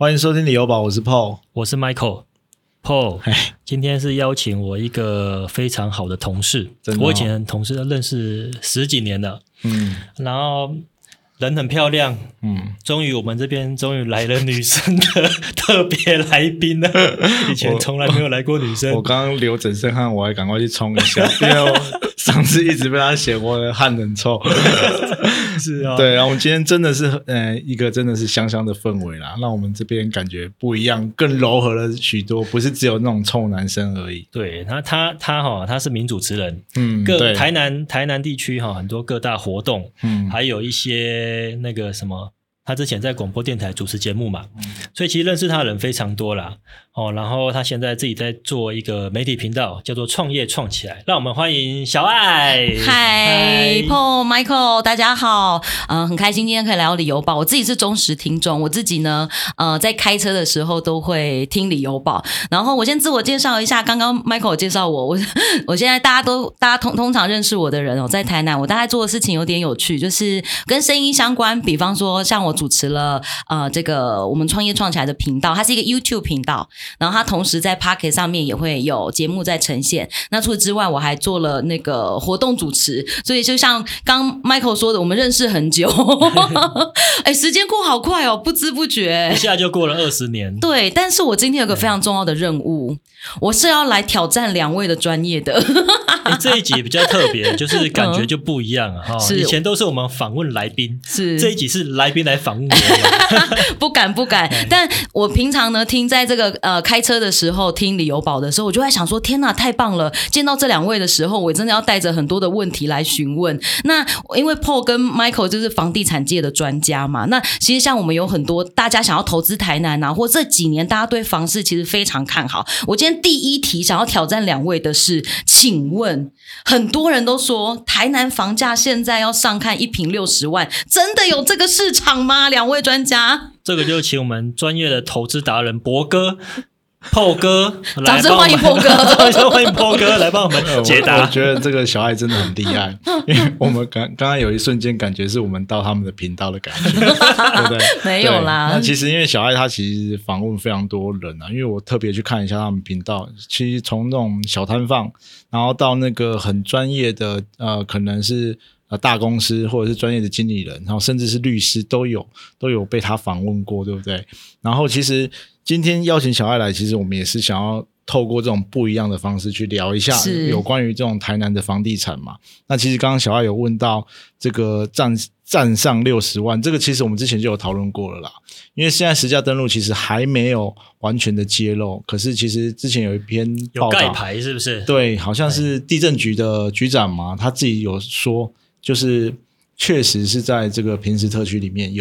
欢迎收听旅游宝，我是 Paul， 我是 Michael。Paul， 今天是邀请我一个非常好的同事，我以前同事认识10几年了，然后人很漂亮，终于我们这边来了女生的特别来宾了，以前从来没有来过女生。 我刚刚流整身汗，我还赶快去冲一下，因为我上次一直被他嫌我的汗很臭。 是啊， 对，然后我们今天真的是一个真的是香香的氛围啦，让我们这边感觉不一样，更柔和了许多，不是只有那种臭男生而已。 对，他是名主持人， 对， 台南地区很多各大活动，还有一些那个什么，他之前在广播电台主持节目嘛，所以其实认识他的人非常多啦。然后他现在自己在做一个媒体频道，叫做创业创起来。让我们欢迎小爱。 嗨 Paul Michael， 大家好，很开心今天可以来到旅游宝。我自己是忠实听众，我自己呢在开车的时候都会听旅游宝。然后我先自我介绍一下，刚刚 Michael 介绍我现在大家通常认识我的人在台南，我大概做的事情有点有趣，就是跟声音相关，比方说像我主持了这个我们创业创起来的频道，它是一个 YouTube 频道。然后他同时在 Podcast 上面也会有节目在呈现。那除此之外，我还做了那个活动主持，所以就像刚 Michael 说的，我们认识很久，时间过好快哦，不知不觉一下就过了20年。 对，但是我今天有个非常重要的任务，我是要来挑战2位的专业的。 这一集比较特别，就是感觉就不一样啊。以前都是我们访问来宾，这一集是来宾来访问我。 不敢，但我平常呢听在这个开车的时候听旅游宝的时候，我就在想说，天哪，太棒了！见到这2位的时候，我真的要带着很多的问题来询问。那因为 Paul 跟 Michael 就是房地产界的专家嘛，那其实像我们有很多大家想要投资台南啊，或这几年大家对房市其实非常看好。我今天第一题想要挑战2位的是，请问很多人都说台南房价现在要上看1坪60万，真的有这个市场吗？2位专家， 这个就请我们专业的投资达人博哥Paul 哥， 掌声欢迎 Paul 哥， 掌声欢迎 Paul 哥来帮我们解答。 我觉得这个小爱真的很厉害，因为我们刚刚有一瞬间感觉是我们到他们的频道的感觉，对不对？ 没有啦。 那其实因为小爱她其实访问非常多人啊，因为我特别去看一下他们频道，其实从那种小摊贩，然后到那个很专业的可能是大公司或者是专业的经理人，然后甚至是律师都有被他访问过，对不对？然后其实今天邀请小爱来，其实我们也是想要透过这种不一样的方式去聊一下有关于这种台南的房地产嘛。那其实刚刚小爱有问到这个站上60万，这个其实我们之前就有讨论过了啦。因为现在实价登录其实还没有完全的揭露，可是其实之前有一篇报道有盖牌是不是？ 对，好像是地政局的局长嘛，他自己有说，就是确实是在这个平时特区里面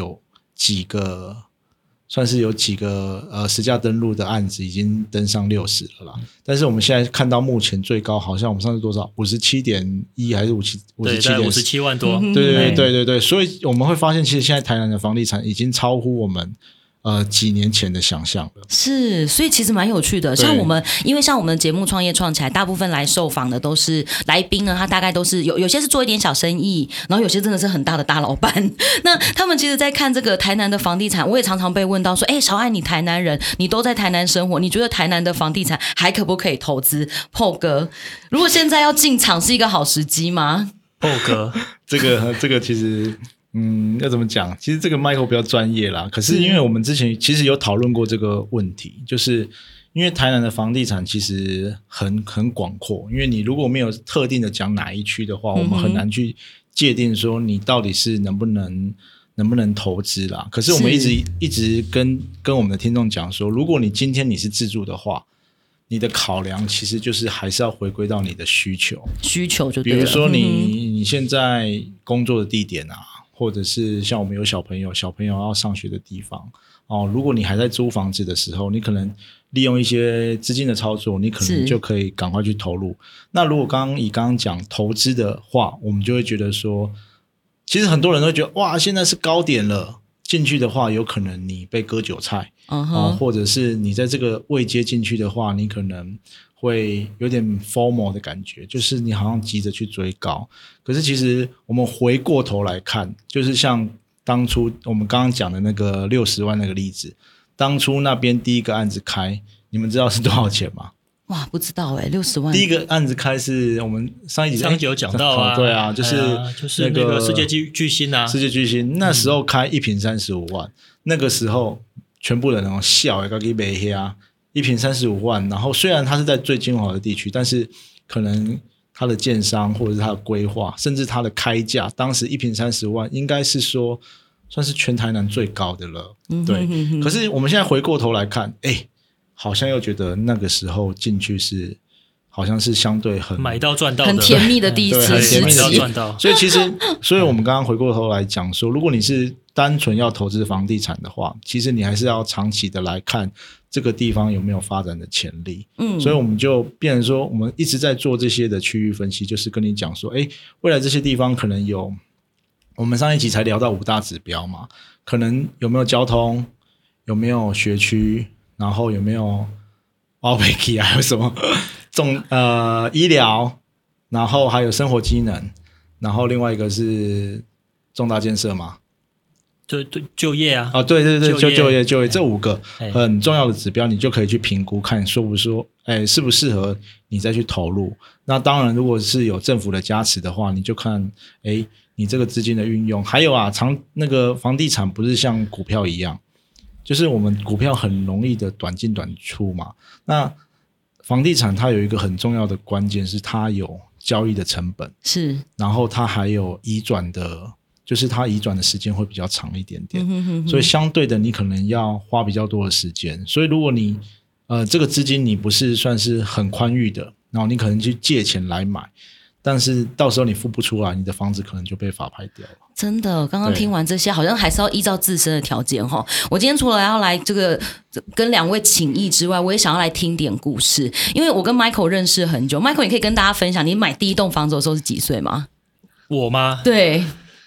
算是有几个实价登录的案子已经登上60了啦，但是我们现在看到目前最高好像我们上次多少 57.1 还是 57.4 万多， 对，所以我们会发现其实现在台南的房地产已经超乎我们几年前的想象了。 是，所以其实蛮有趣的。像我们，因为像我们的节目创业创起来，大部分来受访的都是来宾呢，他大概都是有些是做一点小生意，然后有些真的是很大的大老板。那他们其实在看这个台南的房地产，我也常常被问到说，小爱你台南人，你都在台南生活，你觉得台南的房地产还可不可以投资？Paul 哥，如果现在要进场是一个好时机吗 ？Paul 哥， 这个其实要怎么讲？其实这个 Michael 比较专业啦，可是因为我们之前其实有讨论过这个问题，就是因为台南的房地产其实很广阔，因为你如果没有特定的讲哪一区的话，我们很难去界定说你到底是能不能投资啦。可是我们一直跟我们的听众讲说，如果你今天你是自住的话，你的考量其实就是还是要回归到你的需求就对了。比如说你现在工作的地点啊，或者是像我们有小朋友要上学的地方如果你还在租房子的时候，你可能利用一些资金的操作，你可能就可以赶快去投入。那如果刚刚讲投资的话，我们就会觉得说，其实很多人都会觉得哇，现在是高点了，进去的话有可能你被割韭菜或者是你在这个位阶进去的话，你可能会有点 FOMO 的感觉，就是你好像急着去追高。可是其实我们回过头来看，就是像当初我们刚刚讲的那个60万那个例子， 当初那边第一个案子开，你们知道是多少钱吗？ 哇，不知道60万。 第一个案子开是我们上一集有讲到啊， 对啊，就是那个世界巨星啊， 世界巨星那时候开1坪35万，那个时候全部人都笑，要给买下1坪35万，然后虽然它是在最精华的地区，但是可能它的建商或者是它的规划，甚至它的开价，当时1坪30万应该是说算是全台南最高的了，对。可是我们现在回过头来看，好像又觉得那个时候进去是好像是相对很买到赚到的， 很甜蜜的第一次， 很甜蜜的赚到。 所以我们刚刚回过头来讲说，如果你是单纯要投资房地产的话，其实你还是要长期的来看这个地方有没有发展的潜力。所以我们就变成说，我们一直在做这些的区域分析，就是跟你讲说，未来这些地方可能有，我们上一集才聊到5大指标嘛，可能有没有交通，有没有学区。然后有没有OPEC 还有什么医疗，然后还有生活机能，然后另外一个是重大建设嘛？ 对，就业啊！ 对，就业这5个很重要的指标，你就可以去评估看适不适合你再去投入。那当然，如果是有政府的加持的话，你就看你这个资金的运用。还有啊，那个房地产不是像股票一样。就是我们股票很容易的短进短出嘛，那房地产它有一个很重要的关键是它有交易的成本， 是， 然后它还有移转的，就是它移转的时间会比较长一点点，所以相对的你可能要花比较多的时间，所以如果你这个资金你不是算是很宽裕的，然后你可能去借钱来买，但是到时候你付不出来，你的房子可能就被法拍掉了。 真的，刚刚听完这些，好像还是要依照自身的条件哈。我今天除了要来这个跟2位请益之外，我也想要来听点故事，因为我跟 Michael 认识很久。Michael， 你可以跟大家分享你买第一栋房子的时候是几岁吗？ 我吗？ 对。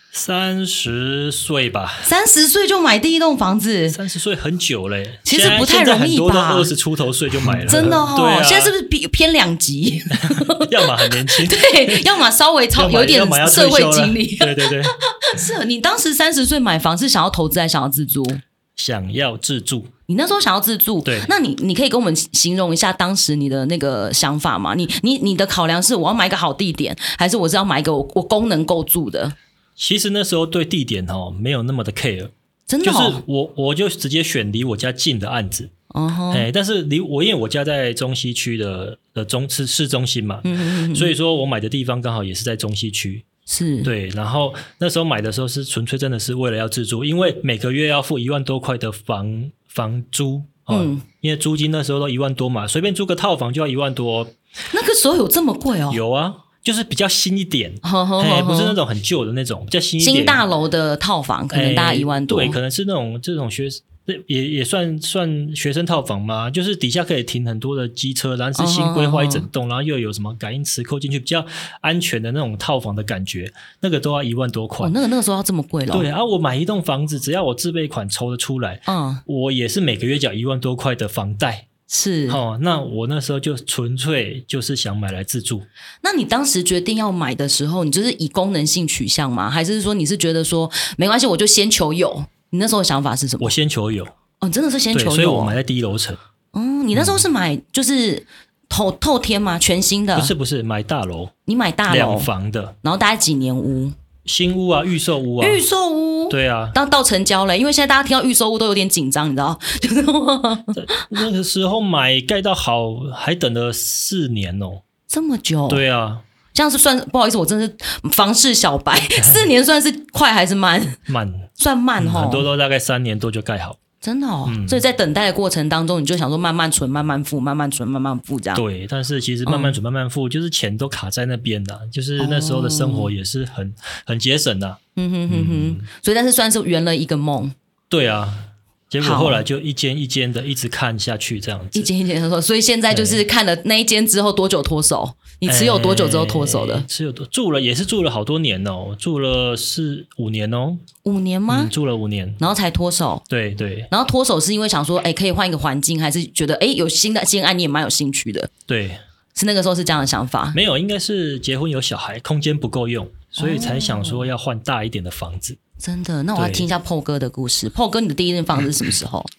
30岁吧 ，30岁就买第一栋房子 ，30岁很久嘞， 其实不太容易吧？ 很多都20出头岁就买了， 真的哦。 对啊， 现在是不是偏2级？ 要么很年轻， 对，要么稍微有点社会经历， 对。 是你当时30岁买房是想要投资还是想要自住？ 想要自住。 你那时候想要自住， 对， 那你可以跟我们形容一下当时你的那个想法吗？你的考量是我要买一个好地点，还是我是要买一个我功能够住的？ 其实那时候对地点没有那么的 care， 真的就是我就直接选离我家近的案子，但是因为我家在中西区的市中心嘛，所以说我买的地方刚好也是在中西区， 是对。然后那时候买的时候是纯粹真的是为了要自住，因为每个月要付1万多块的房租，因为租金那时候都1万多嘛，随便租个套房就要1万多。 那个时候有这么贵哦？ 有啊。就是比较新一点，不是那种很旧的那种，比较新一点。 新大楼的套房可能大概1万多， 对，可能是这种也算学生套房嘛，就是底下可以停很多的机车，然后是新规划一整栋，然后又有什么感应磁扣进去，比较安全的那种套房的感觉，那个都要1万多块。 那个时候要这么贵了？ 对啊，我买一栋房子，只要我自备款筹得出来，我也是每个月缴1万多块的房贷。 是那我那时候就纯粹就是想买来自住。 那你当时决定要买的时候，你就是以功能性取向吗？还是说你是觉得说没关系，我就先求有？你那时候的想法是什么？ 我先求有。 你真的是先求有， 所以我买在第1楼层。 你那时候是买就是透天吗？全新的？ 不是买大楼。 你买大楼 2房的， 然后大概几年屋？ 新屋啊，预售屋啊。 预售屋， 对啊， 到成交了，因为现在大家听到预售屋都有点紧张，你知道？ 那个时候买盖到好，还等了4年哦， 这么久？ 对啊， 这样是算不好意思，我真是房市小白，4年算是快还是慢？ 慢， 算慢很多都大概3年多就盖好。 真的所以在等待的过程当中，你就想说慢慢存、慢慢付、慢慢存、慢慢付这样。 对，但是其实慢慢存、慢慢付，就是钱都卡在那边的，就是那时候的生活也是很节省的。 所以但是算是圆了一个梦。 对啊。结果后来就一间一间的一直看下去，这样子一间一间的脱手。所以现在就是看了那一间之后多久脱手？你持有多久之后脱手的？ 住了好多年哦，住了4-5年哦。 5年吗？ 住了5年， 然后才脱手。 对对。 然后脱手是因为想说，可以换一个环境，还是觉得有新案你也蛮有兴趣的？ 对， 是那个时候是这样的想法。 没有，应该是结婚有小孩，空间不够用，所以才想说要换大一点的房子。 真的？那我要听一下 PO 哥的故事。PO 哥，你的第一任房子是什么时候？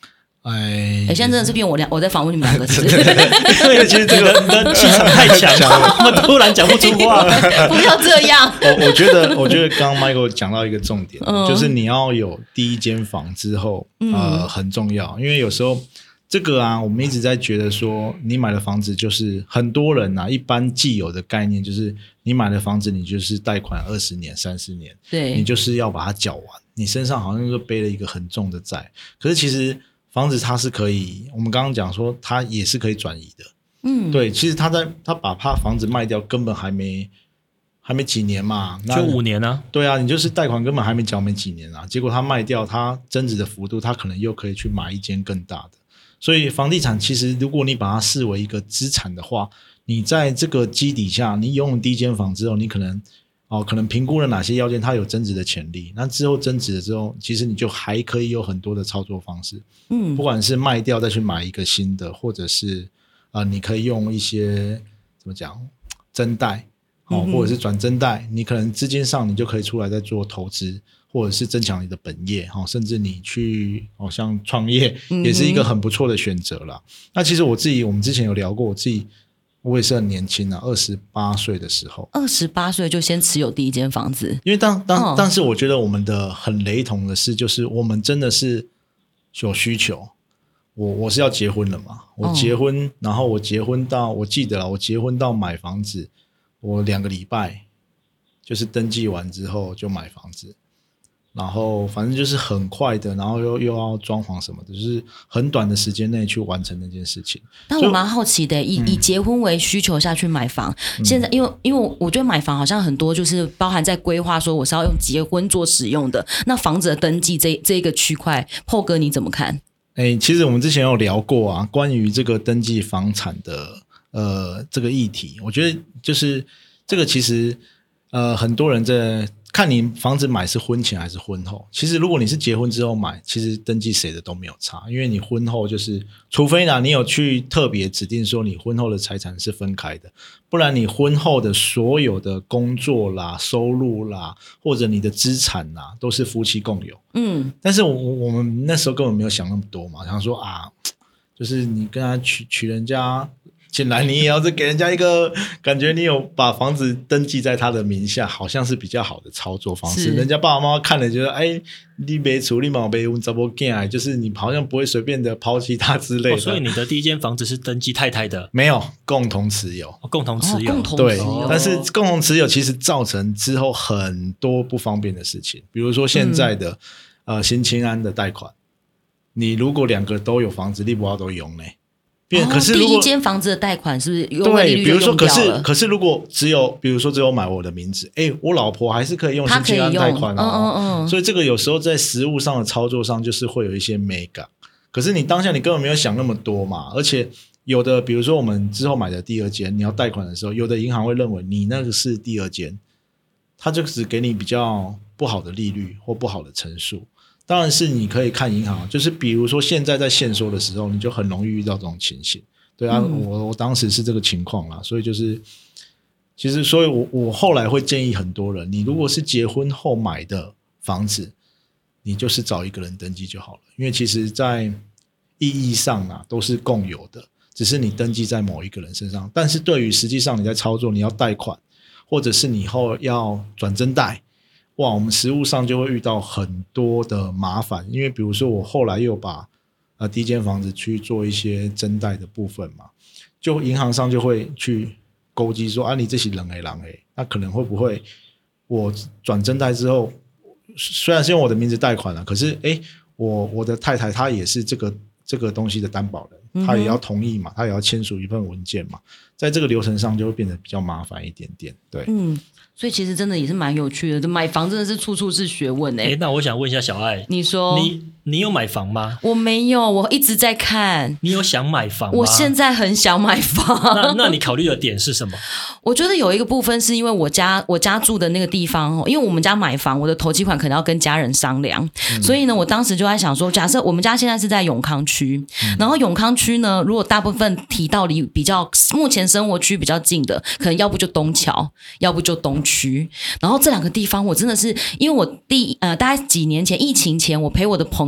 现在真的是变我在访问你们两个，是不是？ 因为其实这个你的气场太强了，我们突然讲不出话。 不要这样。 我觉得刚刚 Michael 讲到一个重点，就是你要有第一间房之后，很重要，因为有时候这个啊，我们一直在觉得说，你买的房子就是很多人啊，一般既有的概念就是你买的房子，你就是贷款20年、30年， 对， 你就是要把它缴完，你身上好像就背了一个很重的债，可是其实房子它是可以，我们刚刚讲说它也是可以转移的，对，其实他把房子卖掉，根本还没几年嘛， 就5年啊， 对啊，你就是贷款根本还没缴没几年啊，结果他卖掉，他增值的幅度，他可能又可以去买一间更大的，所以房地产其实如果你把它视为一个资产的话，你在这个基底下，你拥有第一间房之后，你可能评估了哪些要件，它有增值的潜力。那之后增值了之后，其实你就还可以有很多的操作方式。不管是卖掉再去买一个新的，或者是你可以用一些怎么讲增贷，或者是转增贷，你可能资金上你就可以出来再做投资，或者是增强你的本业，甚至你去像创业也是一个很不错的选择啦。那其实我们之前有聊过，我也是很年轻啊，28岁的时候 ，28岁就先持有第一间房子。 因为但是我觉得我们的很雷同的是，就是我们真的是有需求。我是要结婚了嘛，我结婚，然后我结婚到我记得了，我结婚到买房子，我2个礼拜就是登记完之后就买房子。然后反正就是很快的，然后又要装潢什么的，就是很短的时间内去完成那件事情。 但我蛮好奇的，以结婚为需求下去买房，现在因为我觉得买房好像很多就是包含在规划说我是要用结婚做使用的，那房子的登记这个区块，Paul哥你怎么看？ 其实我们之前有聊过啊，关于这个登记房产的这个议题，我觉得就是这个其实很多人在看你房子买是婚前还是婚后。其实如果你是结婚之后买，其实登记谁的都没有差，因为你婚后就是除非你有去特别指定说你婚后的财产是分开的，不然你婚后的所有的工作啦、收入啦，或者你的资产啦，都是夫妻共有。但是我们那时候根本没有想那么多嘛，想说就是你跟他娶人家进来，你也要是给人家一个感觉，你有把房子登记在他的名下，好像是比较好的操作方式。人家爸爸妈妈看了觉得，你没处理嘛，没找不见，就是你好像不会随便的抛弃他之类的。 所以你的第一间房子是登记太太的？ 没有，共同持有。 共同持有， 对。但是共同持有其实造成之后很多不方便的事情，比如说现在的新青安的贷款，你如果2个都有房子，你不要都用呢。可是如果第一间房子的贷款是不是优惠利率就用掉了？ 对，可是如果只有买我的名字，我老婆还是可以用新青安贷款所以这个有时候在实务上的操作上就是会有一些美感。可是你当下你根本没有想那么多嘛，而且有的比如说我们之后买的第2间，你要贷款的时候，有的银行会认为你那个是第2间，他就只给你比较不好的利率或不好的成数。当然是你可以看银行，就是比如说现在在限缩的时候，你就很容易遇到这种情形。对啊，我当时是这个情况啦，所以就是其实所以我后来会建议很多人，你如果是结婚后买的房子，你就是找一个人登记就好了，因为其实在意义上都是共有的，只是你登记在某一个人身上，但是对于实际上你在操作，你要贷款或者是你以后要转增贷，我们实务上就会遇到很多的麻烦。因为比如说我后来又把第一间房子去做一些增贷的部分嘛，就银行上就会去勾稽说你这是人那可能会不会我转增贷之后，虽然是用我的名字贷款可是我的太太她也是这个东西的担保人，她也要同意嘛，她也要签署一份文件嘛，在这个流程上就会变得比较麻烦一点点。对， 所以其实真的也是蛮有趣的，买房真的是处处是学问那我想问一下小爱， 你说你有买房吗？ 我没有，我一直在看。 你有想买房吗？ 我现在很想买房。 那你考虑的点是什么？ 我觉得有一个部分是因为我家住的那个地方，因为我们家买房，我的头期款可能要跟家人商量，所以呢，我当时就在想说，假设我们家现在是在永康区，然后永康区呢，如果大部分提到离比较目前生活区比较近的，可能要不就东桥，要不就东区，然后这2个地方我真的是因为我大概几年前疫情前，我陪我的朋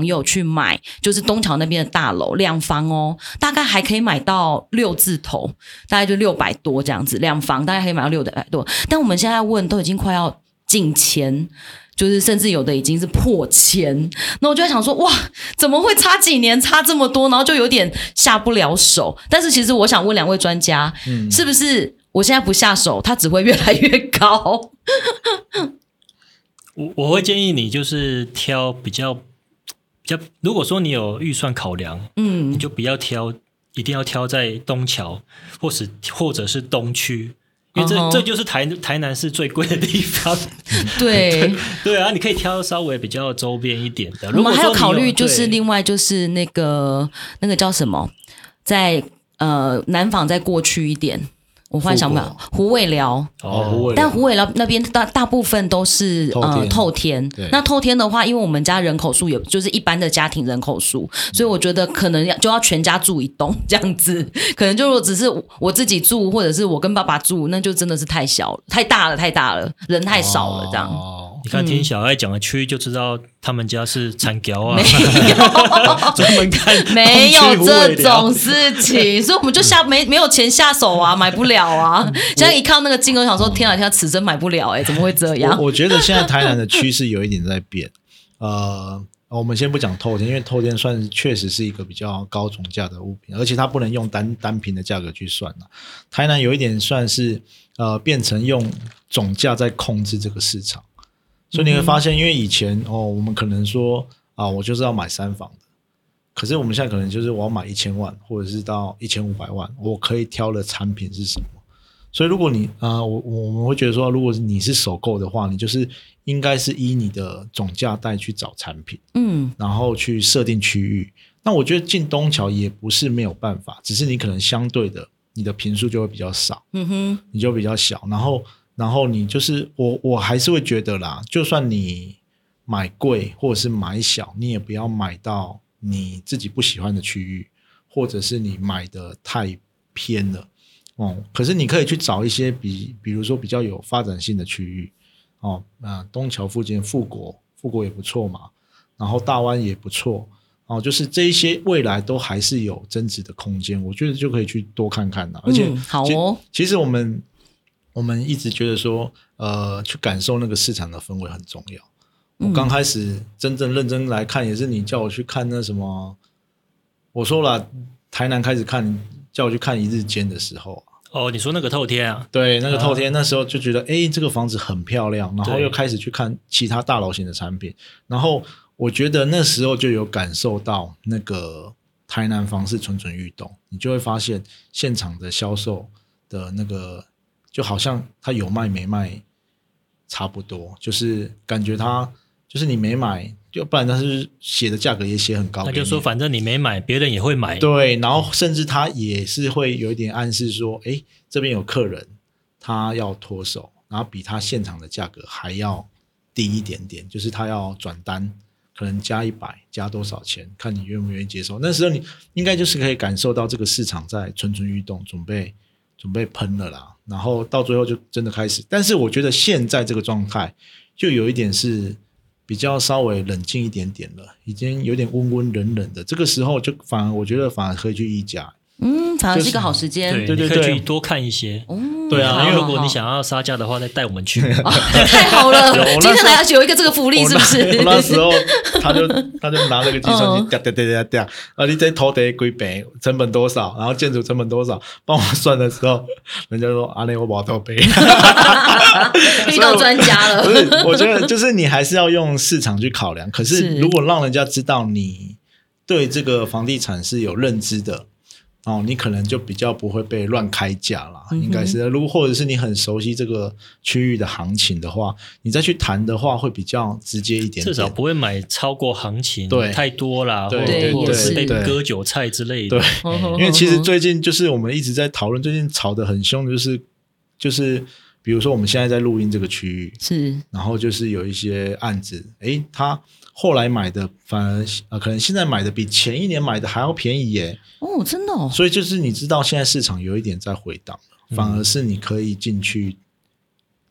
友去买，就是东桥那边的大楼2房哦，大概还可以买到6字头，大概就600多这样子，2房大概可以买到600多。但我们现在问都已经快要近1000，就是甚至有的已经是破1000，那我就在想说，哇，怎么会差几年差这么多？然后就有点下不了手。但是其实我想问2位专家，是不是我现在不下手，它只会越来越高？ 我会建议你就是挑比较，如果说你有预算考量，你就不要挑，一定要挑在东桥或者是东区。因为这就是台南是最贵的地方， 对对啊，你可以挑稍微比较周边一点的。 我们还有考虑就是另外就是那个叫什么，在南纺再过去一点。我忽然想不到虎尾寮，但虎尾寮那边大部分都是透天。那透天的话，因为我们家人口数也就是一般的家庭人口数，所以我觉得可能就要全家住一栋这样子。可能就如果只是我自己住，或者是我跟爸爸住，那就真的是太小了，太大了，人太少了这样。 你看听小爱讲的区域就知道他们家是产条啊，专门看没有这种事情，所以我们就没有钱下手啊，买不了啊。现在一看那个金额，想说天啊，此生买不了怎么会这样？ 我觉得现在台南的趋势有一点在变。我们先不讲透天，因为透天确实是一个比较高总价的物品，而且它不能用单坪的价格去算了。台南有一点算是变成用总价在控制这个市场。所以你会发现，因为以前我们可能说我就是要买3房的，可是我们现在可能就是我要买1000万，或者是到1500万，我可以挑的产品是什么？所以如果你我们会觉得说，如果你是首购的话，你就是应该是依你的总价带去找产品，然后去设定区域。那我觉得进东桥也不是没有办法，只是你可能相对的你的坪数就会比较少，你就比较小，然后你就是我还是会觉得啦，就算你买贵或者是买小，你也不要买到你自己不喜欢的区域，或者是你买的太偏了可是你可以去找一些比如说比较有发展性的区域东桥附近富国也不错嘛，然后大湾也不错就是这一些未来都还是有增值的空间，我觉得就可以去多看看啦。而且好其实我们一直觉得说去感受那个市场的氛围很重要。我刚开始真正认真来看，也是你叫我去看那什么，我说了台南开始看，叫我去看一日间的时候你说那个透天啊？ 对，那个透天那时候就觉得这个房子很漂亮，然后又开始去看其他大楼型的产品，然后我觉得那时候就有感受到那个台南房市蠢蠢欲动，你就会发现现场的销售的那个就好像他有卖没卖差不多，就是感觉他就是你没买，就不然他是写的价格也写很高， 那就说反正你没买别人也会买。 对，然后甚至他也是会有一点暗示说这边有客人他要脱手，然后比他现场的价格还要低一点点，就是他要转单可能加100加多少钱，看你愿不愿意接受。那时候你应该就是可以感受到这个市场在蠢蠢欲动，准备喷了啦，然后到最后就真的开始。但是我觉得现在这个状态就有一点是比较稍微冷静一点点了，已经有点温温冷冷的，这个时候就我觉得反而可以去议价。 反而是一个好时间。 对，你可以去多看一些。 对啊， 因为如果你想要杀价的话，再带我们去。 太好了，今天来有一个这个福利，是不是？ 我那时候他就拿那个计算机你这土地几倍，成本多少，然后建筑成本多少，帮我算的时候，人家说我没土地。 遇到专家了。 不是，我觉得就是你还是要用市场去考量。可是如果让人家知道你对这个房地产是有认知的。你可能就比较不会被乱开价啦，应该是。如果或者是你很熟悉这个区域的行情的话，你再去谈的话会比较直接一点点， 至少不会买超过行情太多啦， 或者是被割韭菜之类的。 对，因为其实最近就是我们一直在讨论，最近吵得很凶的就是比如说我们现在在录音这个区域是， 然后就是有一些案子他后来买的反而可能现在买的比前一年买的还要便宜耶。 真的所以就是你知道现在市场有一点在回档了，反而是你可以进去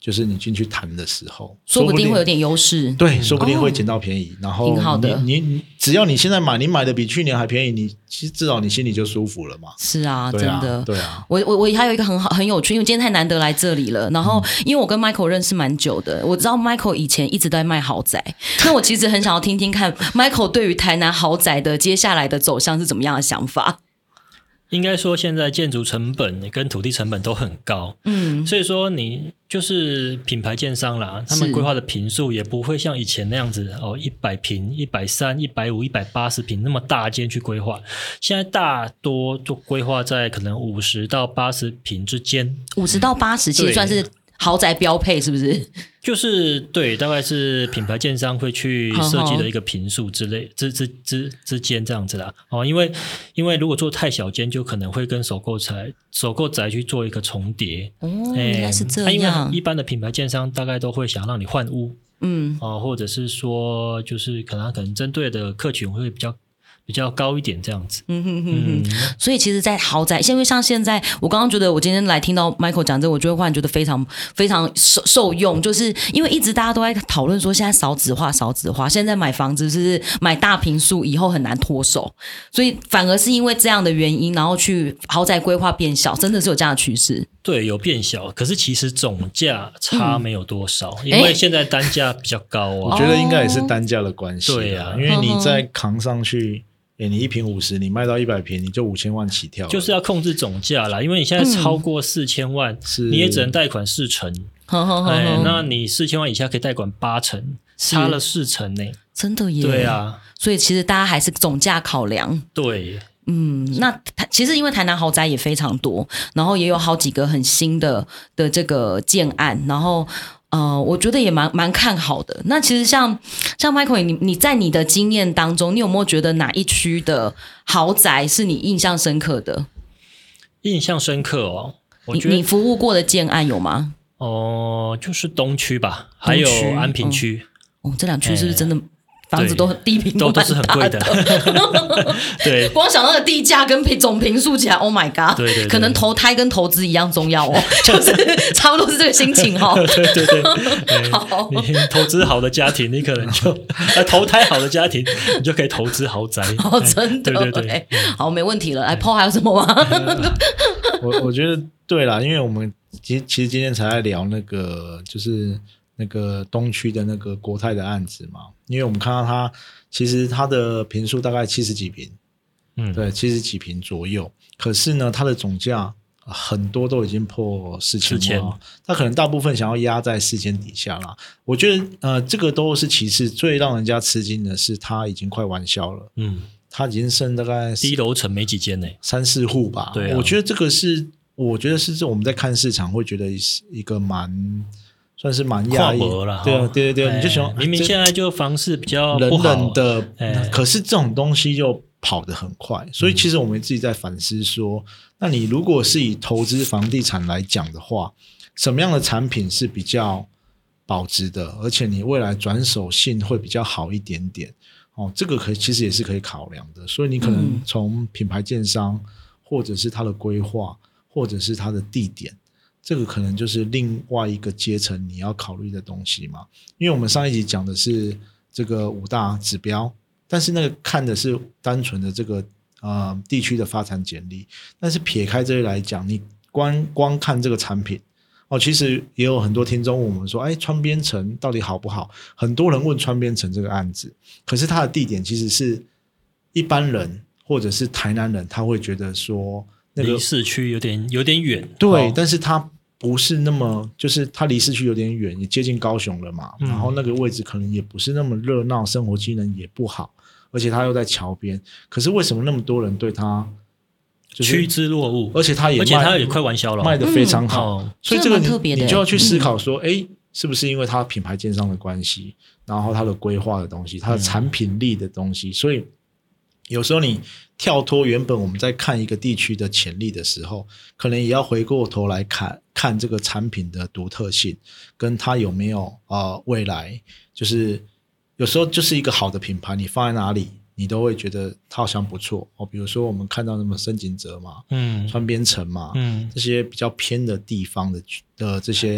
就是你进去谈的时候， 说不定会有点优势。 对，说不定会捡到便宜。然后挺好的， 你只要你现在买，你买的比去年还便宜，你其实至少你心里就舒服了嘛。 是啊， 对啊真的。 对啊， 我还有一个很有趣，因为今天太难得来这里了。然后因为我跟 Michael 认识蛮久的，我知道 Michael 以前一直都在卖豪宅。那我其实很想要听听看 Michael 对于台南豪宅的接下来的走向是怎么样的想法。 应该说现在建筑成本跟土地成本都很高，所以说你就是品牌建商啦，他们规划的坪数也不会像以前那样子100坪、130、150、180坪那么大间去规划，现在大多就规划在可能50到80坪之间。 50到80其实算是豪宅标配，是不是？ 就是对，大概是品牌建商会去设计的一个坪数之类之间这样子啦。因为如果做太小间，就可能会跟首购宅去做一个重叠。 原来是这样。 因为一般的品牌建商大概都会想让你换屋，或者是说就是可能针对的客群会比较高一点这样子。 所以其实在豪宅，因为像现在我刚刚觉得我今天来听到 Michael 讲这个，我就会忽然觉得非常非常受用，就是因为一直大家都在讨论说现在少子化，现在买房子是买大坪数以后很难脱手，所以反而是因为这样的原因，然后去豪宅规划变小，真的是有这样的趋势。 对，有变小，可是其实总价差没有多少，因为现在单价比较高啊。 我觉得应该也是单价的关系。 对啊， 因为你再扛上去。你1坪50，你卖到100坪，你就5000万起跳了， 就是要控制总价啦。因为你现在超过4000万，你也只能贷款40%。那你4000万以下可以贷款80%，差了40%呢。 真的耶。 对啊， 所以其实大家还是总价考量。 对。 那其实因为台南豪宅也非常多，然后也有好几个很新的这个建案，然后我觉得也蛮看好的。那其实像 Michael， 你在你的经验当中，你有没有觉得哪一区的豪宅是你印象深刻的？ 印象深刻哦，我觉得你服务过的建案有吗？ 就是东区吧，还有安平区。 这两区是不是真的？房子都很地坪都是很贵的，对， 光想到的地价跟总坪数起来 ，Oh my god， 对， 可能投胎跟投资一样重要就是差不多是这个心情对，好，你投资好的家庭，你可能就投胎好的家庭，你就可以投资豪宅。 真的，对，好，没问题了。Paul 还有什么吗？ 我觉得对啦，因为我们其实今天才在聊那个就是那个东区的那个国泰的案子嘛，因为我们看到它其实它的坪数大概70几坪，对，70几坪左右，可是呢它的总价很多都已经破4000万，它可能大部分想要压在4000底下啦。我觉得这个都是其次，最让人家吃惊的是它已经快完销了，它已经剩大概低楼层没几间呢 ，3-4户吧。 对啊， 我觉得这个是我们在看市场会觉得一个算是蛮压抑了， 对，你就想明明现在就房市比较不好冷的，可是这种东西又跑得很快，所以其实我们自己在反思说，那你如果是以投资房地产来讲的话，什么样的产品是比较保值的，而且你未来转手性会比较好一点点这个其实也是可以考量的。所以你可能从品牌建商，或者是它的规划，或者是它的地点，这个可能就是另外一个阶层你要考虑的东西嘛。因为我们上一集讲的是这个5大指标，但是那个看的是单纯的这个地区的发展潜力，但是撇开这些来讲，你光看这个产品其实也有很多听众问我们说，川边城到底好不好？很多人问川边城这个案子，可是它的地点其实是一般人或者是台南人他会觉得说那个离市区有点远， 对，但是它不是那么，就是它离市区有点远，也接近高雄了嘛，然后那个位置可能也不是那么热闹，生活机能也不好，而且它又在桥边，可是为什么那么多人对它趋之若鹜？ 而且它也快完销了， 卖得非常好，所以这个你就要去思考说，是不是因为它品牌建商的关系，然后它的规划的东西，它的产品力的东西，所以有时候你跳脱原本我们在看一个地区的潜力的时候，可能也要回过头来看这个产品的独特性，跟它有没有未来，就是有时候就是一个好的品牌，你放在哪里你都会觉得它好像不错比如说我们看到那么深井泽嘛，川边城嘛，这些比较偏的地方的这些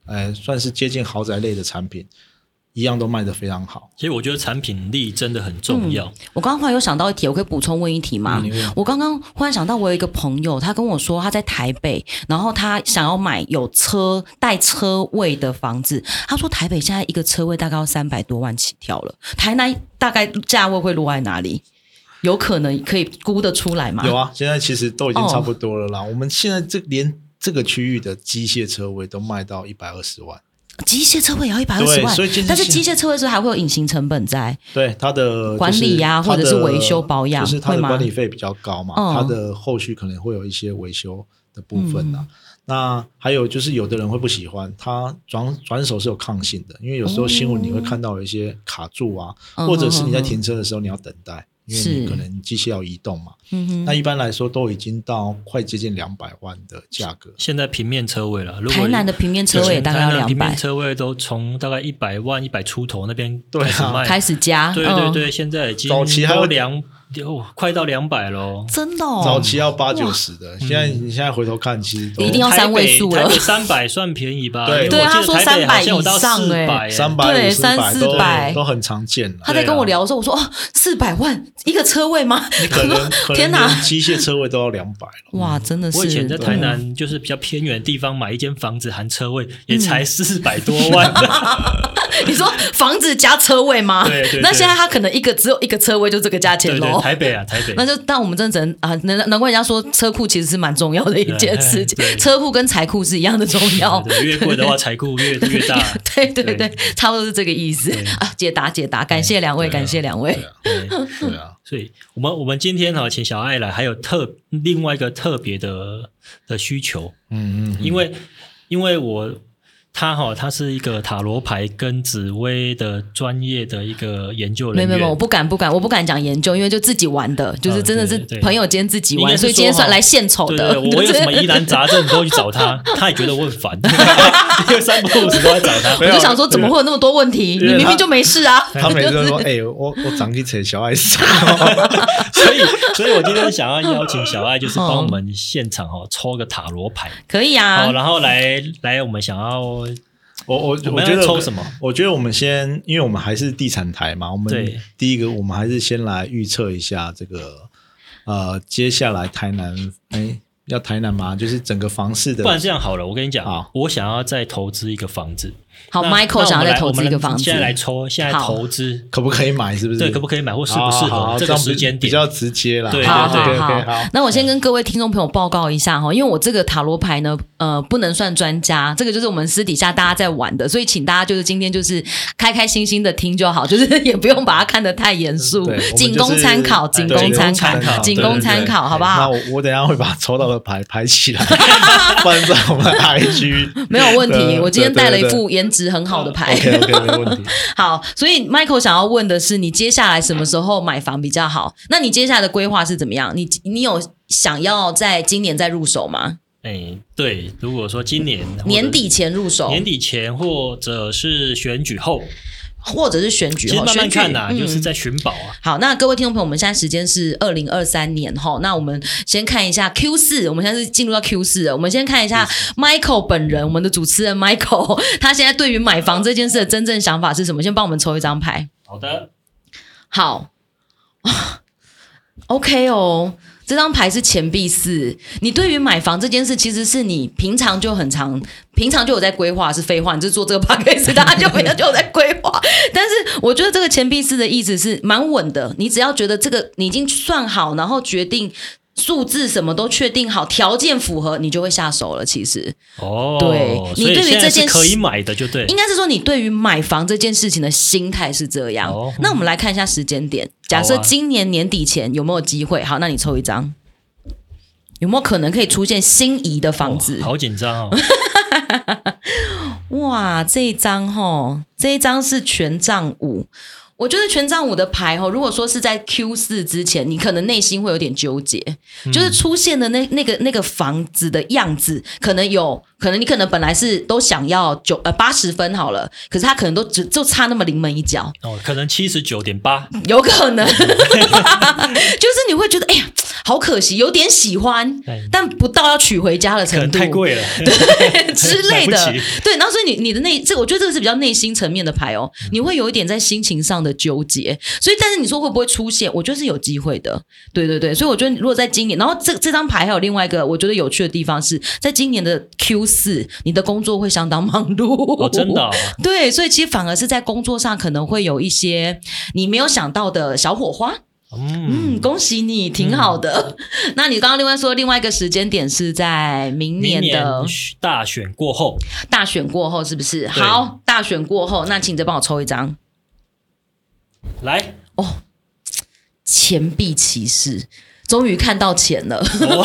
算是接近豪宅类的产品，一样都卖得非常好。 其实我觉得产品力真的很重要。 我刚刚忽然有想到一题，我可以补充问一题吗？我刚刚忽然想到，我有一个朋友，他跟我说他在台北，然后他想要买有带车位的房子。他说台北现在一个车位大概要300多万起跳了，台南大概价位会落在哪里？有可能可以估得出来吗？ 有啊，现在其实都已经差不多了啦。我们现在连这个区域的机械车位都卖到120万。 机械车位也要120万，但是机械车位是还会有隐形成本在， 对它的管理呀，或者是维修保养， 就是它的管理费比较高嘛，它的后续可能会有一些维修的部分啊。那还有就是有的人会不喜欢，它转手是有抗性的，因为有时候新闻你会看到有一些卡住啊，或者是你在停车的时候你要等待。因为你可能机械要移动嘛，那一般来说都已经到快接近200万的价格。 现在平面车位了， 台南的平面车位也大概要200， 平面车位都从大概100万、100出头那边开始加。 对对对，现在已经早期还有快到200咯， 真的哦。 早期要80-90的，你现在回头看，其实一定要3位数了。 台北300算便宜吧？ 对，他说300以上 300、400都很常见了。 他在跟我聊的时候，我说400万一个车位吗？ 你可能天哪，机械车位都要200了。 哇，真的是！ 我以前在台南就是比较偏远的地方买一间房子含车位，也才400多万。 你说房子加车位吗？ 对。 那现在他可能只有一个车位就这个价钱咯。 对，台北。 但我们真的只能难怪人家说车库其实是蛮重要的一件事情，车库跟财库是一样的重要。 越贵的话，财库越大。 对，差不多是这个意思啊。解答，感谢两位，感谢两位。 对啊。 所以我们今天请小艾来，还有另外一个特别的需求。因为他是一个塔罗牌跟紫微的专业的一个研究人员。 没有，我不敢讲研究，因为就自己玩的，就是真的是朋友间自己玩，所以今天算来献丑的。 对，我有什么疑难杂症都去找他，他也觉得我很烦，因为3不5时都在找他。 我就想说，怎么会有那么多问题？你明明就没事啊！ 他每次都说：“我长去扯小艾手。” 所以我今天想要邀请小艾，就是帮我们现场抽个塔罗牌， 可以啊。 然后来，我们想要。 我觉得抽什么？我觉得我们先，因为我们还是地产台嘛，我们第一个我们还是先来预测一下这个接下来台南要台南吗？就是整个房市的。 不然这样好了，我跟你讲，我想要再投资一个房子。 好 ，Michael 想要再投资一个房子， 现在来抽，现在投资可不可以买？是不是？ 对，可不可以买或适不适合这个时间点比较直接啦。 对， 好。那我先跟各位听众朋友报告一下哈，因为我这个塔罗牌呢，不能算专家，这个就是我们私底下大家在玩的，所以请大家就是今天就是开开心心的听就好，就是也不用把它看得太严肃，仅供参考，仅供参考，好不好？ 那我等一下会把抽到的牌排起来，放在我们的 IG， 没有问题。我今天带了一副颜值很好的牌 ，OK， 没问题。 好，所以 Michael 想要问的是，你接下来什么时候买房比较好？那你接下来的规划是怎么样？你有想要在今年再入手吗？ 对，如果说今年年底前入手， 年底前或者是选举后。 或者是选举， 其实慢慢看呐，就是在寻宝啊。 好，那各位听众朋友，我们现在时间是2023年哈，那我们先看一下 Q4，我们现在是进入到 Q4 了。我们先看一下 Michael 本人，我们的主持人 Michael， 他现在对于买房这件事的真正想法是什么？先帮我们抽一张牌。 好的， 好 ，OK 哦。这张牌是钱币4，你对于买房这件事，其实是你平常就有在规划，是废话，你就做这个 podcast， 大家就平常就有在规划。但是我觉得这个钱币4的意思是蛮稳的，你只要觉得这个你已经算好，然后决定数字什么都确定好，条件符合，你就会下手了。其实，对，你对于这件事可以买的就对， 应该是说你对于买房这件事情的心态是这样。那我们来看一下时间点，假设今年年底前有没有机会？好，那你抽一张，有没有可能可以出现心仪的房子？ 好紧张哦！ 哇，这一张是权杖5。我觉得权杖5的牌如果说是在 Q4 之前，你可能内心会有点纠结，就是出现的那个房子的样子，可能你可能本来是都想要80分好了，可是他可能都就差那么临门一脚可能79.8， 有可能，就是你会觉得哎呀， 好可惜，有点喜欢，但不到要娶回家的程度， 太贵了， 对之类的。对，然后所以你的我觉得这个是比较内心层面的牌哦，你会有一点在心情上的纠结。所以，但是你说会不会出现？我觉得是有机会的。对对对，所以我觉得如果在今年，然后这张牌还有另外一个我觉得有趣的地方是在今年的 Q4，你的工作会相当忙碌哦，真的哦。 对，所以其实反而是在工作上可能会有一些你没有想到的小火花。恭喜你，挺好的。那你刚刚另外说另外一个时间点是在明年的大选过后， 大选过后是不是？好，大选过后，那请你再帮我抽一张。 来哦，钱币骑士。终于看到钱了，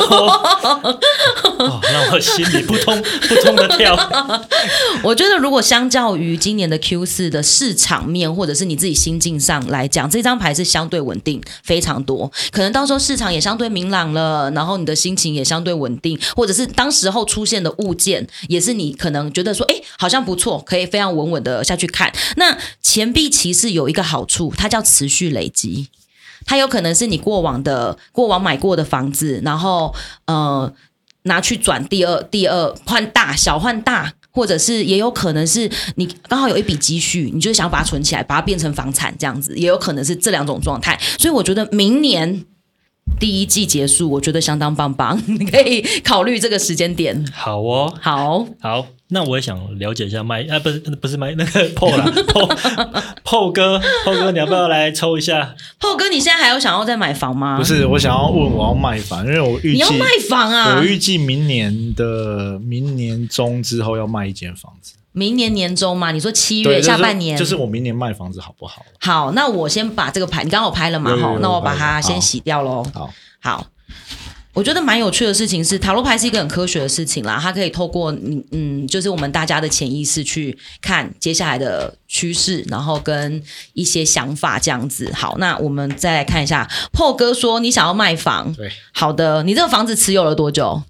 让我心里扑通的跳。 我觉得如果相较于今年的 Q4 的市场面或者是你自己心境上来讲，这张牌是相对稳定非常多，可能到时候市场也相对明朗了，然后你的心情也相对稳定，或者是当时候出现的物件也是你可能觉得说好像不错，可以非常稳稳的下去看。那钱币骑士有一个好处，它叫持续累积，它有可能是你过往买过的房子，然后拿去转第二换大小换大，或者是也有可能是你刚好有一笔积蓄，你就想要把它存起来，把它变成房产这样子，也有可能是这两种状态。所以我觉得明年第一季结束，我觉得相当棒棒，你可以考虑这个时间点。 好哦， 好， 那我也想了解一下不是麦那个 Paul 啦，Paul 哥，你要不要来抽一下 ？Paul 哥，你现在还有想要再买房吗？ 不是，我想要问我要卖房，因为我预计你要卖房啊？ 我预计明年中之后要卖一间房子。 明年年中嘛？你说7月下半年， 就是我明年卖房子好不好？ 好，那我先把这个牌，你刚刚我拍了嘛？好，那我把它先洗掉咯。好。我觉得蛮有趣的事情是，塔罗牌是一个很科学的事情啦，它可以透过就是我们大家的潜意识去看接下来的趋势，然后跟一些想法这样子。好，那我们再来看一下 Paul 哥说你想要卖房， 对， 好的，你这个房子持有了多久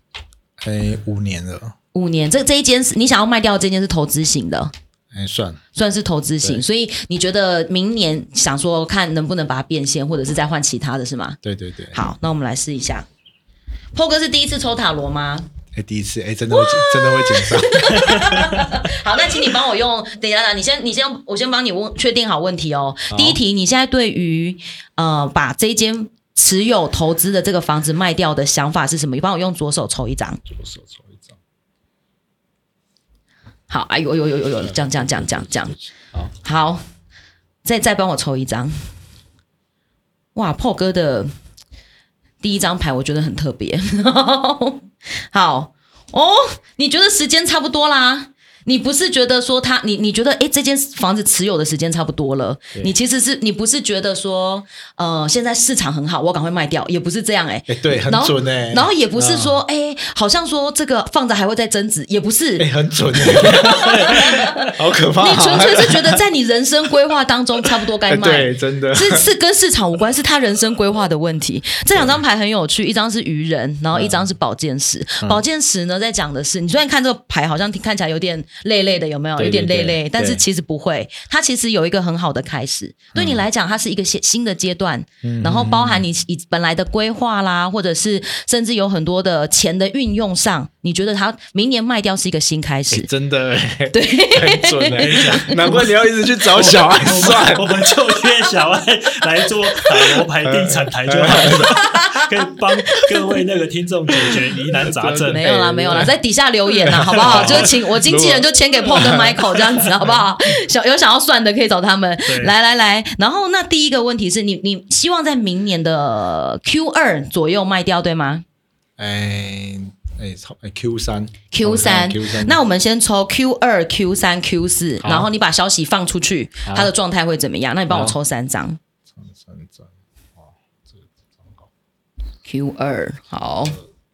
？5年了。 5年，这一间你想要卖掉的这间是投资型的。算是投资型，所以你觉得明年想说看能不能把它变现，或者是再换其他的是吗？ 对对对。 好，那我们来试一下。Paul 哥是第一次抽塔罗吗？ 第一次，真的会紧张。 好，那请你帮我用，等一下，我先帮你确定好问题哦。第一题，你现在对于把这间持有投资的这个房子卖掉的想法是什么？你帮我用左手抽一张。左手抽一张。好，哎呦，这样，好，再帮我抽一张。哇 ，Paul 哥的第一张牌我觉得很特别。好哦，你觉得时间差不多啦？你不是觉得说你觉得这间房子持有的时间差不多了？你其实你不是觉得说现在市场很好，我赶快卖掉，也不是这样对，很准然后也不是说好像说这个放着还会再增值，也不是很准好可怕。 你纯粹是觉得在你人生规划当中差不多该卖， 对，真的是跟市场无关，是他人生规划的问题。这两张牌很有趣，一张是愚人，然后一张是宝剑十。宝剑十呢，在讲的是你虽然看这个牌好像看起来有点累累的，有没有？有点累累，但是其实不会，它其实有一个很好的开始。对你来讲，它是一个新的阶段，然后包含你本来的规划啦，或者是甚至有很多的钱的运用上，你觉得它明年卖掉是一个新开始。 真的对， 很准难怪你要一直去找小爱算， 我们就约小爱来做塔罗牌地产台就好了，可以帮各位那个听众解决疑难杂症。 没有啦，在底下留言啦，好不好？就是请我经纪人就签给 Paul 跟 Michael 这样子，好不好？有想要算的可以找他们。来，然后那第一个问题是你希望在明年的 Q2 左右卖掉，对吗？Q3，那我们先抽 Q2、Q3、Q4，然后你把消息放出去，它的状态会怎么样？那你帮我抽3张。3张，哇，这张好。Q2 好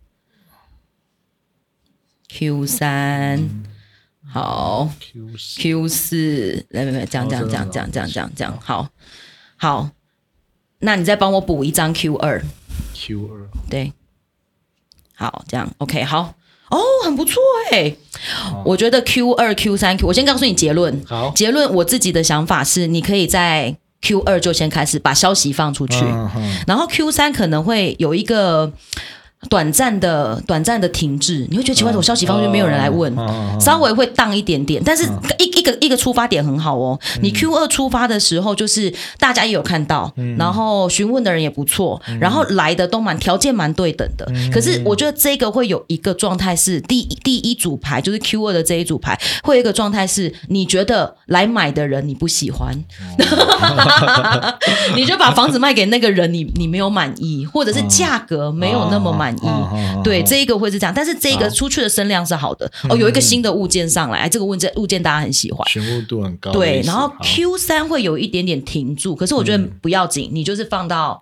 ，Q3 好 ，Q4 来，这样，好，那你再帮我补一张 Q2，对。好，这样 OK， 好哦，很不错我觉得 Q2、Q3、我先告诉你结论。好，结论我自己的想法是，你可以在 Q2 就先开始把消息放出去，然后 Q3 可能会有一个短暂的停滞，你会觉得奇怪，我消息方面没有人来问，稍微会荡一点点，但是一个出发点很好哦。你 Q2 出发的时候，就是大家也有看到，然后询问的人也不错，然后来的都条件蛮对等的。可是我觉得这个会有一个状态是第一组牌，就是 Q2 的这一组牌，会有一个状态是你觉得来买的人你不喜欢，你就把房子卖给那个人，你没有满意，或者是价格没有那么满意。对，这一个会是这样，但是这个出去的声量是好的有一个新的物件上来，这个物件大家很喜欢， 询问度很高。 对，然后 Q3 会有一点点停住，可是我觉得不要紧，你就是放到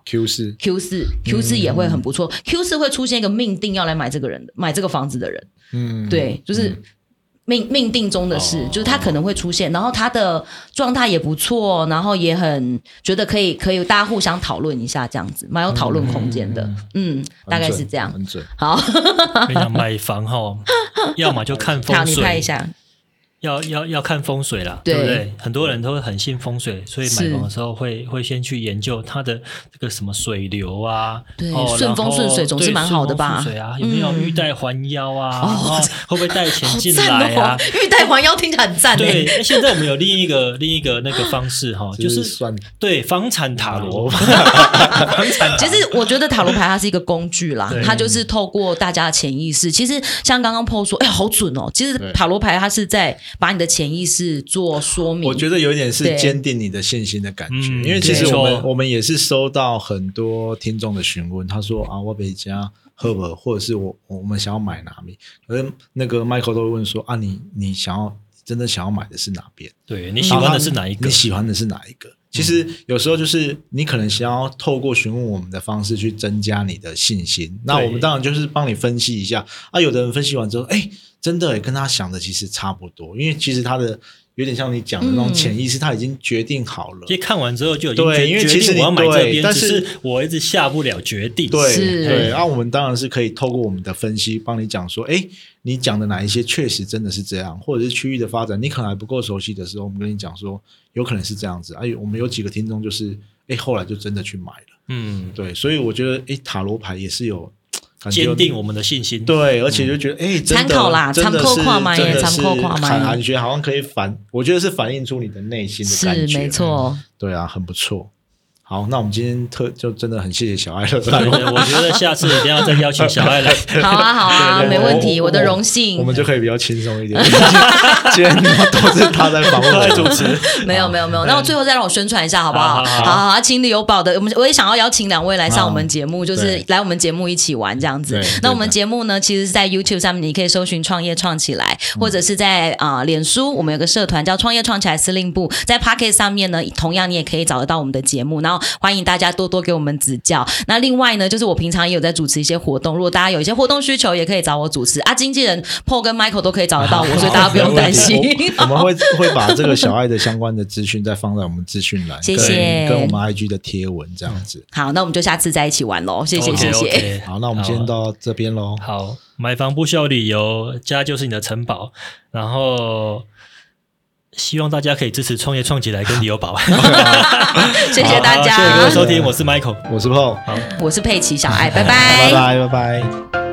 Q4 也会很不错。Q4 会出现一个命定要来买这个房子的人，对，就是命定中的事，就是他可能会出现，然后他的状态也不错，然后也很觉得可以大家互相讨论一下，这样子蛮有讨论空间的，大概是这样。 很准。 好， 跟你讲买房哈，要么就看风水， 好，你拍一下。 要看风水啦， 对不对？很多人都会很信风水，所以买房的时候会先去研究它的这个什么水流啊， 对，顺风顺水总是蛮好的吧？ 顺水啊，有没有玉带环腰啊？然后会不会带钱进来啊？ 玉带环腰听起来很赞。 对，现在我们有另一个那个方式哈，就是对房产塔罗。 其实我觉得塔罗牌它是一个工具啦，它就是透过大家的潜意识。其实像刚刚 PO 说，哎，好准哦！其实塔罗牌它是在把你的潜意识做说明， 我觉得有一点是坚定你的信心的感觉，因为其实我们也是收到很多听众的询问，他说啊，我北家赫伯，或者是我们想要买哪边，可是那个 Michael 都会问说啊，你真的想要买的是哪边？ 对，你喜欢的是哪一个？ 你喜欢的是哪一个？其实有时候就是你可能想要透过询问我们的方式去增加你的信心，那我们当然就是帮你分析一下啊。有的人分析完之后，真的跟他想的其实差不多，因为其实他的有点像你讲的那种潜意识，他已经决定好了。 其实看完之后就已经决定我要买这边，但是我一直下不了决定。 对，我们当然是可以透过我们的分析帮你讲说，你讲的哪一些确实真的是这样，或者是区域的发展你可能还不够熟悉的时候，我们跟你讲说有可能是这样子。我们有几个听众就是后来就真的去买了。对，所以我觉得塔罗牌也是有坚定我们的信心。 对，而且就觉得参考啦，参考看嘛也参考看嘛， 感觉好像可以我觉得是反映出你的内心的感觉， 是没错。 对啊，很不错。好，那我们今天就真的很谢谢小艾了。 我觉得下次一定要再邀请小艾来。 好啊，没问题，我的荣幸。 我们就可以比较轻松一点。今天都是他在访问， 他在主持。 没有。那我最后再让我宣传一下好不好？好，请旅游宝的，我也想要邀请2位来上我们节目，就是来我们节目一起玩这样子。那我们节目呢，其实是在 YouTube 上面，你可以搜寻创业创起来，或者是在脸书，我们有个社团叫创业创起来司令部，在 Podcast 上面呢，同样你也可以找得到我们的节目，然后欢迎大家多多给我们指教。那另外呢，就是我平常也有在主持一些活动，如果大家有一些活动需求，也可以找我主持啊。经纪人 Paul 跟 Michael 都可以找得到我，所以大家不用担心。 我们会把这个小爱的相关的资讯再放在我们资讯栏， 谢谢， 跟我们 IG 的贴文这样子。 好，那我们就下次再一起玩咯。谢谢。 Okay. 好，那我们今天到这边咯。 好，买房不需要理由，家就是你的城堡。然后希望大家可以支持创业创起来跟旅游宝。 谢谢大家， 谢谢各位收听，我是 Michael， 我是 Paul， 我是佩奇小爱，拜拜， 拜拜。